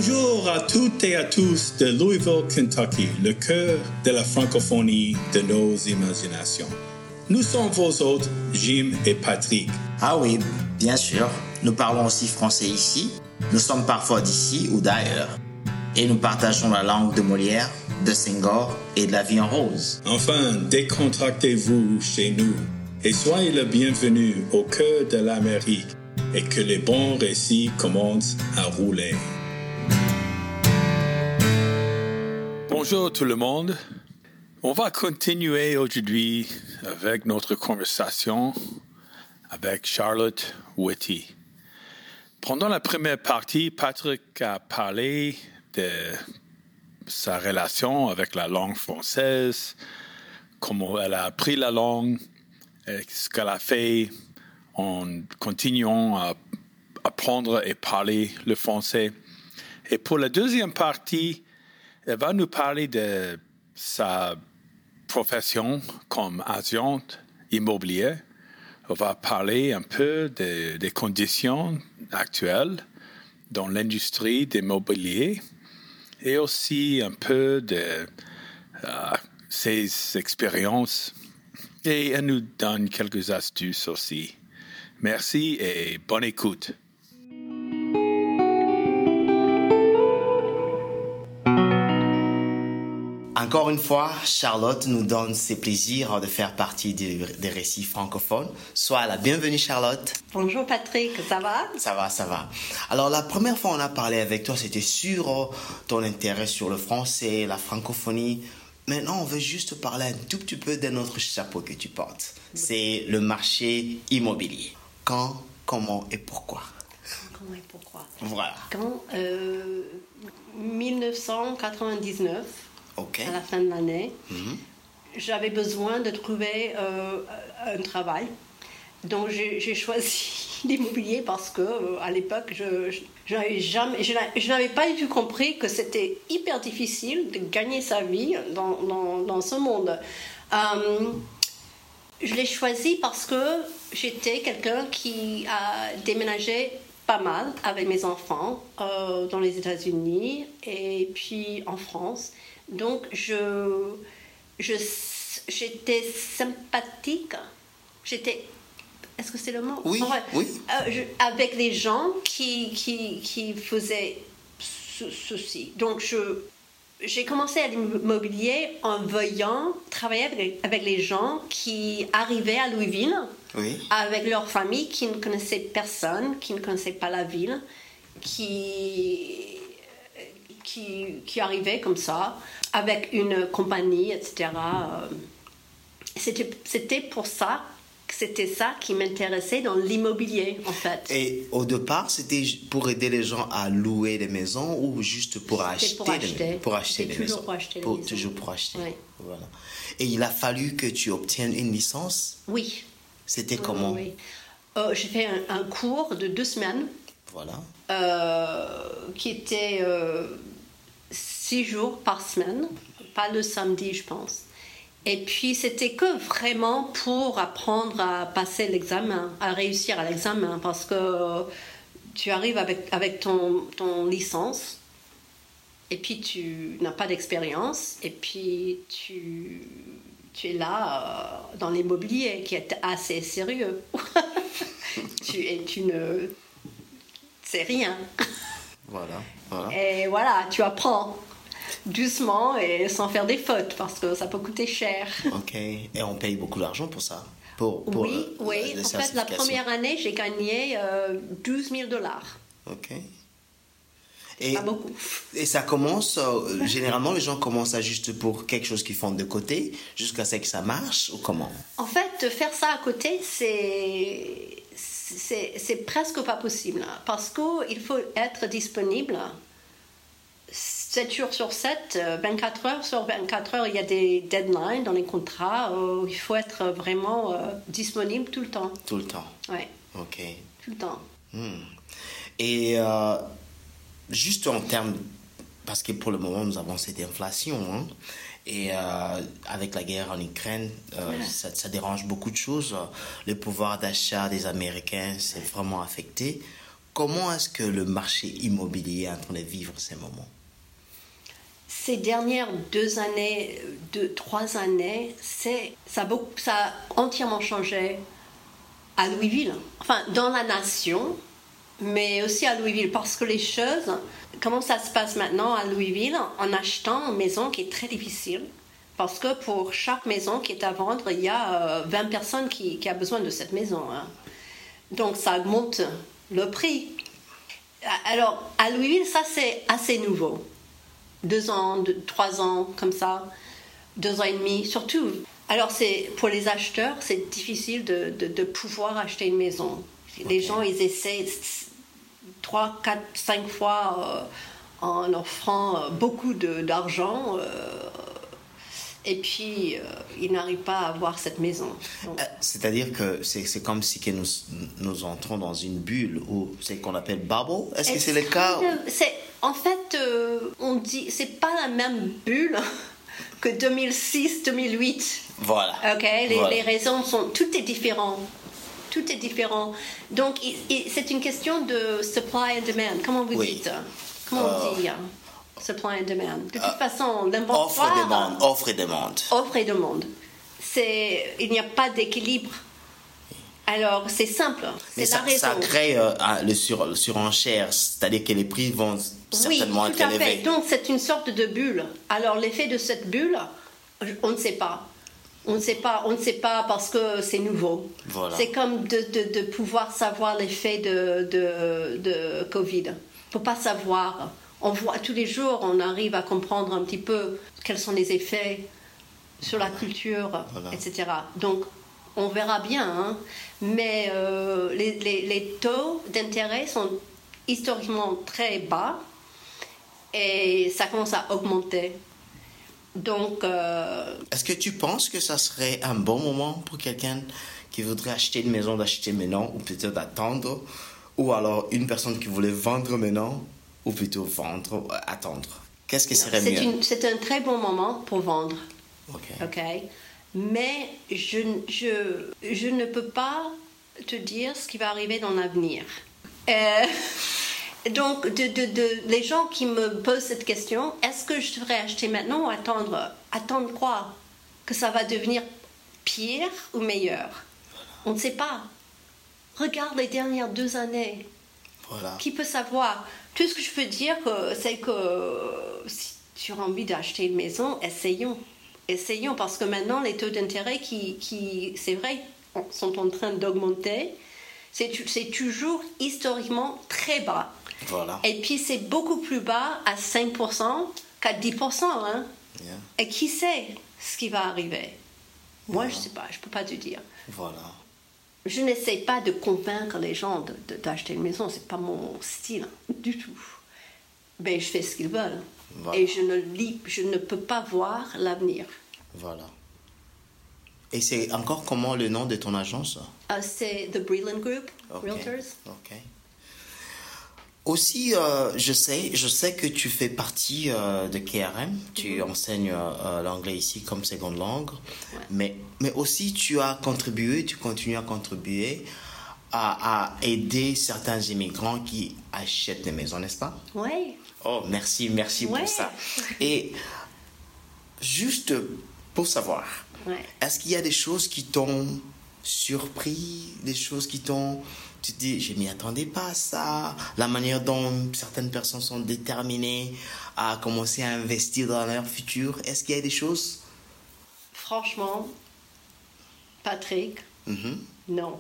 Bonjour à toutes et à tous de Louisville, Kentucky, le cœur de la francophonie de nos imaginations. Nous sommes vos hôtes, Jim et Patrick. Ah oui, bien sûr. Nous parlons aussi français ici. Nous sommes parfois d'ici ou d'ailleurs. Et nous partageons la langue de Molière, de Senghor et de la vie en rose. Enfin, décontractez-vous chez nous et soyez le bienvenu au cœur de l'Amérique et que les bons récits commencent à rouler. Bonjour tout le monde. On va continuer aujourd'hui avec notre conversation avec Charlotte Whitty. Pendant la première partie, Patrick a parlé de sa relation avec la langue française, comment elle a appris la langue, et ce qu'elle a fait en continuant à apprendre et parler le français. Et pour la deuxième partie, elle va nous parler de sa profession comme agente immobilière. On va parler un peu des conditions actuelles dans l'industrie de l'immobilier et aussi un peu de ses expériences. Et elle nous donne quelques astuces aussi. Merci et bonne écoute. Encore une fois, Charlotte nous donne ses plaisirs de faire partie des récits francophones. Sois la bienvenue, Charlotte. Bonjour Patrick, ça va? Ça va. Alors, la première fois on a parlé avec toi, c'était sur ton intérêt sur le français, la francophonie. Maintenant, on veut juste parler un tout petit peu d'un autre chapeau que tu portes. C'est le marché immobilier. Quand, comment et pourquoi? Comment et pourquoi? Voilà. Quand 1999, Okay. à la fin de l'année, j'avais besoin de trouver un travail. Donc j'ai choisi l'immobilier parce que à l'époque, je n'avais pas du tout compris que c'était hyper difficile de gagner sa vie dans ce monde. Je l'ai choisi parce que j'étais quelqu'un qui a déménagé pas mal avec mes enfants dans les États-Unis et puis en France. Donc j'étais sympathique. Est-ce que c'est le mot? Oui. Avec les gens qui faisaient ceci. Donc j'ai commencé à l'immobilier en voulant travailler avec les gens qui arrivaient à Louisville, avec leur famille, qui ne connaissaient personne, qui ne connaissaient pas la ville, qui arrivaient comme ça, avec une compagnie, etc. C'était pour ça, c'était ça qui m'intéressait dans l'immobilier, en fait. Et au départ, c'était pour aider les gens à louer des maisons ou juste pour acheter des maisons? Toujours pour acheter. Oui. Voilà. Et il a fallu que tu obtiennes une licence? Oui. C'était comment? Oui. J'ai fait un cours de 2 semaines. Voilà. Qui était 6 jours par semaine, pas le samedi, je pense. Et puis, c'était que vraiment pour apprendre à passer l'examen, à réussir à l'examen, parce que tu arrives avec ton licence, et puis tu n'as pas d'expérience, et puis tu es là dans l'immobilier, qui est assez sérieux. tu ne sais rien. Voilà. Et voilà, tu apprends doucement et sans faire des fautes parce que ça peut coûter cher. Ok. Et on paye beaucoup d'argent pour ça? Oui. En fait, la première année, j'ai gagné $12,000. Ok. Pas beaucoup. Et ça commence, généralement, les gens commencent à juste pour quelque chose qu'ils font de côté jusqu'à ce que ça marche ou comment? En fait, faire ça à côté, c'est presque pas possible parce qu'il faut être disponible 7 jours sur 7, 24 heures sur 24 heures. Il y a des deadlines dans les contrats. Il faut être vraiment disponible tout le temps. Tout le temps? Oui. Ok. Tout le temps. Et juste en termes, parce que pour le moment nous avons cette inflation, hein, et avec la guerre en Ukraine, ça dérange beaucoup de choses. Le pouvoir d'achat des Américains s'est vraiment affecté. comment est-ce que le marché immobilier est en train de vivre ces moments? Ces dernières 3 années, ça a entièrement changé à Louisville. Enfin, dans la nation, mais aussi à Louisville. Parce que les choses, comment ça se passe maintenant à Louisville, en achetant une maison qui est très difficile. Parce que pour chaque maison qui est à vendre, il y a 20 personnes qui ont besoin de cette maison. Hein. Donc, ça augmente le prix. Alors, à Louisville, ça, c'est assez nouveau. 2 ans, 3 ans, comme ça, 2 ans et demi, surtout. Alors, pour les acheteurs, c'est difficile de pouvoir acheter une maison. Les gens, ils essaient 3, 4, 5 fois en offrant beaucoup d'argent. Et puis, ils n'arrivent pas à avoir cette maison. Donc, c'est-à-dire que c'est comme si que nous entrons dans une bulle, ou c'est qu'on appelle bubble. Est-ce que c'est le cas? En fait, on dit, c'est pas la même bulle que 2006-2008. Voilà. Ok, les raisons sont, tout est différent. Tout est différent. Donc, c'est une question de supply and demand. Comment vous dites? Comment on dit? Supply and demand. De toute façon, l'inventoire... Offre et demande. Offre et demande. Il n'y a pas d'équilibre. Alors, c'est simple. Mais ça crée le surenchère, c'est-à-dire que les prix vont certainement être élevés. Fait. Donc, c'est une sorte de bulle. Alors, l'effet de cette bulle, on ne sait pas. On ne sait pas parce que c'est nouveau. Voilà. C'est comme de pouvoir savoir l'effet de Covid. Il ne faut pas savoir. On voit tous les jours, on arrive à comprendre un petit peu quels sont les effets sur la culture, etc. Donc, on verra bien. Hein. Mais les taux d'intérêt sont historiquement très bas et ça commence à augmenter. Donc, est-ce que tu penses que ça serait un bon moment pour quelqu'un qui voudrait acheter une maison d'acheter maintenant ou plutôt d'attendre, ou alors une personne qui voulait vendre maintenant ou plutôt vendre, attendre? Qu'est-ce qui serait mieux? C'est un très bon moment pour vendre. Ok. Mais je ne peux pas te dire ce qui va arriver dans l'avenir. Donc, les gens qui me posent cette question, est-ce que je devrais acheter maintenant ou attendre? Attendre quoi? Que ça va devenir pire ou meilleur? On ne sait pas. Regarde les dernières 2 années. Voilà. Qui peut savoir? Tout ce que je peux dire, c'est que si tu as envie d'acheter une maison, essayons. Essayons, parce que maintenant, les taux d'intérêt qui c'est vrai, sont en train d'augmenter. C'est toujours historiquement très bas. Voilà. Et puis, c'est beaucoup plus bas à 5% qu'à 10%. Hein? Yeah. Et qui sait ce qui va arriver? Moi, je ne sais pas, je ne peux pas te dire. Voilà. Je n'essaie pas de convaincre les gens d'acheter une maison, ce n'est pas mon style du tout. Mais je fais ce qu'ils veulent. Voilà. Et je ne peux pas voir l'avenir. Voilà. Et c'est encore comment le nom de ton agence? C'est The Breland Group, Realtors. Ok. Aussi, je sais que tu fais partie de KRM. Tu enseignes l'anglais ici comme seconde langue. Ouais. Mais aussi, tu continues à contribuer à aider certains immigrants qui achètent des maisons, n'est-ce pas? Oui. Oh, merci pour ça. Et juste pour savoir, est-ce qu'il y a des choses qui t'ont surpris, des choses qui t'ont... Tu te dis, je m'y attendais pas à ça. La manière dont certaines personnes sont déterminées à commencer à investir dans leur futur. Est-ce qu'il y a des choses? Franchement, Patrick, non.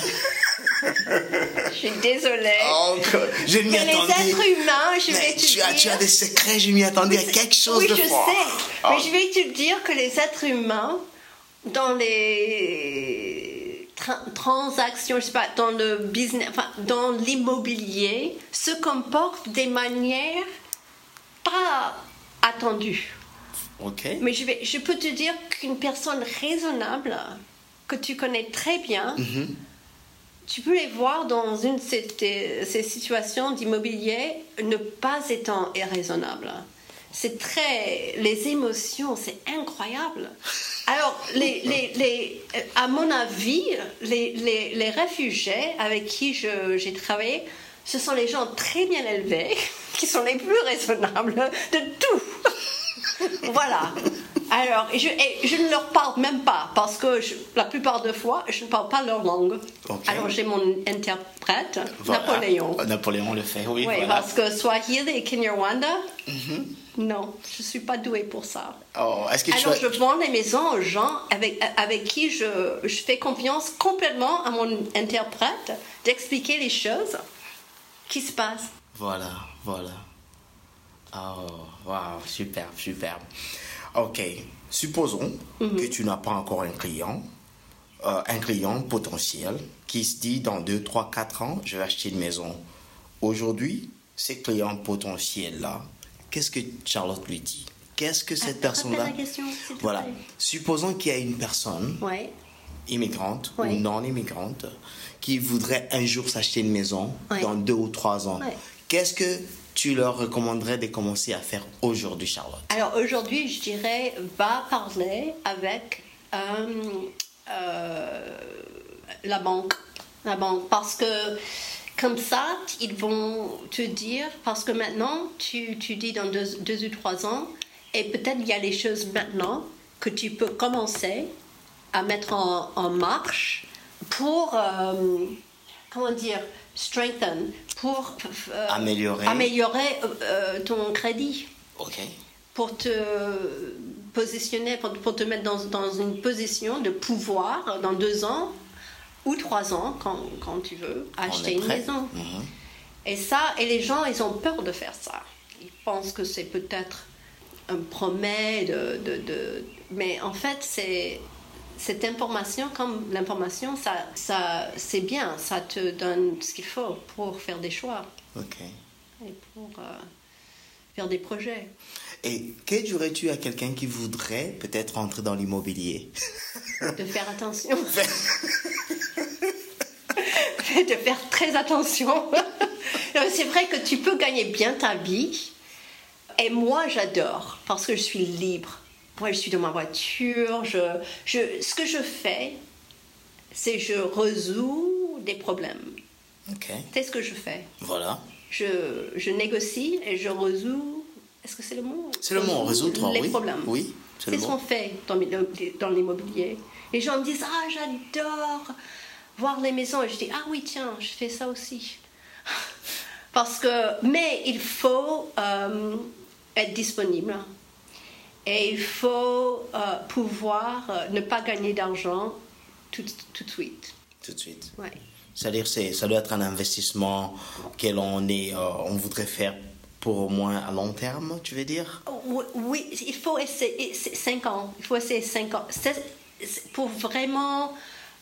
Je suis désolée. Oh, je m'y attendais. Les êtres humains, je vais te dire... Tu as des secrets, je m'y attendais à quelque chose de fort. Oui, je sais. Mais je vais te dire que les êtres humains, dans les transactions, je sais pas, dans le business, enfin, dans l'immobilier, se comportent des manières pas attendues. Ok. Mais je peux te dire qu'une personne raisonnable, que tu connais très bien, tu peux les voir dans une de ces situations d'immobilier ne pas étant irraisonnable. C'est les émotions, c'est incroyable. Alors, à mon avis, les réfugiés avec qui j'ai travaillé ce sont les gens très bien élevés qui sont les plus raisonnables de tout. Voilà. Alors, et je ne leur parle même pas parce que la plupart des fois, je ne parle pas leur langue. Okay. Alors, j'ai mon interprète, Voilà. Napoléon. Napoléon le fait, oui. Oui, voilà. parce que Swahili et Kinyarwanda, non, je ne suis pas douée pour ça. Oh, est-ce que Alors, je vends les maisons aux gens avec qui je fais confiance complètement à mon interprète d'expliquer les choses qui se passent. Voilà. Oh, wow, superbe. Ok, supposons que tu n'as pas encore un client potentiel qui se dit dans 2, 3, 4 ans, je vais acheter une maison. Aujourd'hui, ces clients potentiels-là, qu'est-ce que Charlotte lui dit? Qu'est-ce que cette personne-là... Rappelle la question, s'il te Voilà, plaît. supposons qu'il y a une personne Ouais. immigrante Oui. ou non immigrante qui voudrait un jour s'acheter une maison Oui. dans 2 ou 3 ans. Oui. Qu'est-ce que tu leur recommanderais de commencer à faire aujourd'hui, Charlotte? Alors aujourd'hui, je dirais, va parler avec la banque. Parce que comme ça, ils vont te dire, parce que maintenant, tu dis dans 2 ou 3 ans, et peut-être il y a les choses maintenant que tu peux commencer à mettre en marche pour, comment dire, strengthen, pour améliorer ton crédit. Ok. Pour te positionner, pour te mettre dans une position de pouvoir dans 2 ans ou 3 ans, quand tu veux, acheter une maison. Et les gens, ils ont peur de faire ça. Ils pensent que c'est peut-être un promet mais en fait, cette information, comme l'information, ça c'est bien, ça te donne ce qu'il faut pour faire des choix. Ok. Et pour faire des projets. Et que dirais-tu à quelqu'un qui voudrait peut-être entrer dans l'immobilier? De faire attention. De faire très attention. C'est vrai que tu peux gagner bien ta vie. Et moi, j'adore parce que je suis libre. Moi, je suis dans ma voiture. Ce que je fais, c'est je résous des problèmes. Ok. C'est ce que je fais. Voilà. Je négocie et je résous. Est-ce que c'est le mot? C'est le mot, résoudre, les oui. problèmes. Oui, c'est ce qu'on fait dans l'immobilier. Les gens me disent, ah, j'adore voir les maisons. Et je dis, ah oui, tiens, je fais ça aussi. Mais il faut être disponible. Et il faut pouvoir ne pas gagner d'argent tout de suite. Tout de suite. Ouais. C'est-à-dire ça doit être un investissement on voudrait faire pour au moins à long terme, tu veux dire? Oui, il faut essayer 5 ans. Il faut essayer 5 ans. Pour vraiment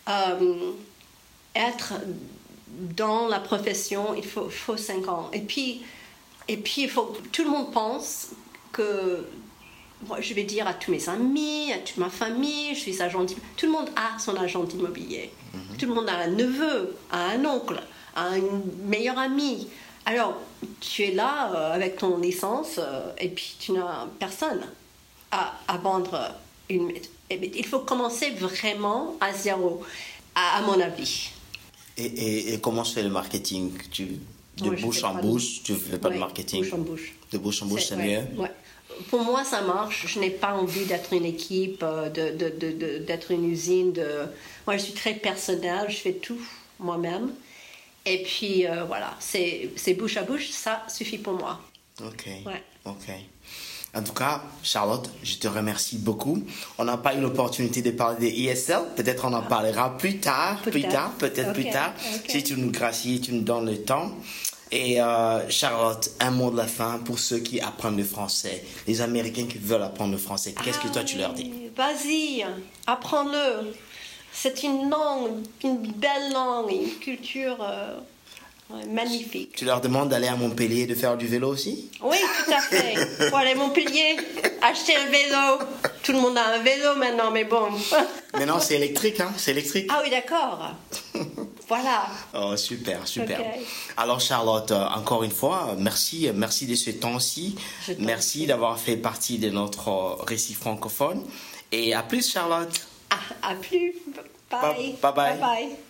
être dans la profession, il faut 5 ans. Et puis tout le monde pense que, moi, je vais dire à tous mes amis, à toute ma famille, je suis agent immobilier. Tout le monde a son agent immobilier. Tout le monde a un neveu, a un oncle, a un meilleur ami. Alors, tu es là avec ton licence et puis tu n'as personne à vendre une... Il faut commencer vraiment à zéro, à mon avis. Et comment se fait le marketing? De bouche en bouche, tu ne fais pas de marketing? Bouche en bouche. De bouche en bouche, c'est mieux? Ouais. Pour moi, ça marche. Je n'ai pas envie d'être une équipe, d'être une usine. Moi, je suis très personnelle, je fais tout moi-même. Et puis, voilà, c'est bouche à bouche, ça suffit pour moi. Ok. Ouais. Ok. En tout cas, Charlotte, je te remercie beaucoup. On n'a pas eu l'opportunité de parler des ESL. Peut-être on en parlera plus tard, plus tard. Si tu nous gracies, tu nous donnes le temps. Et Charlotte, un mot de la fin pour ceux qui apprennent le français, les Américains qui veulent apprendre le français. Qu'est-ce que toi tu leur dis? Vas-y, apprends-le. C'est une langue, une belle langue, une culture magnifique. Tu leur demandes d'aller à Montpellier et de faire du vélo aussi? Oui, tout à fait. Pour aller à Montpellier, acheter un vélo. Tout le monde a un vélo maintenant, mais bon. Maintenant, c'est électrique, hein? C'est électrique. Ah oui, d'accord. Voilà. Oh, super. Okay. Alors, Charlotte, encore une fois, merci de ce temps-ci. Merci d'avoir fait partie de notre récit francophone. Et à plus, Charlotte. À plus. Bye. Bye bye. Bye bye.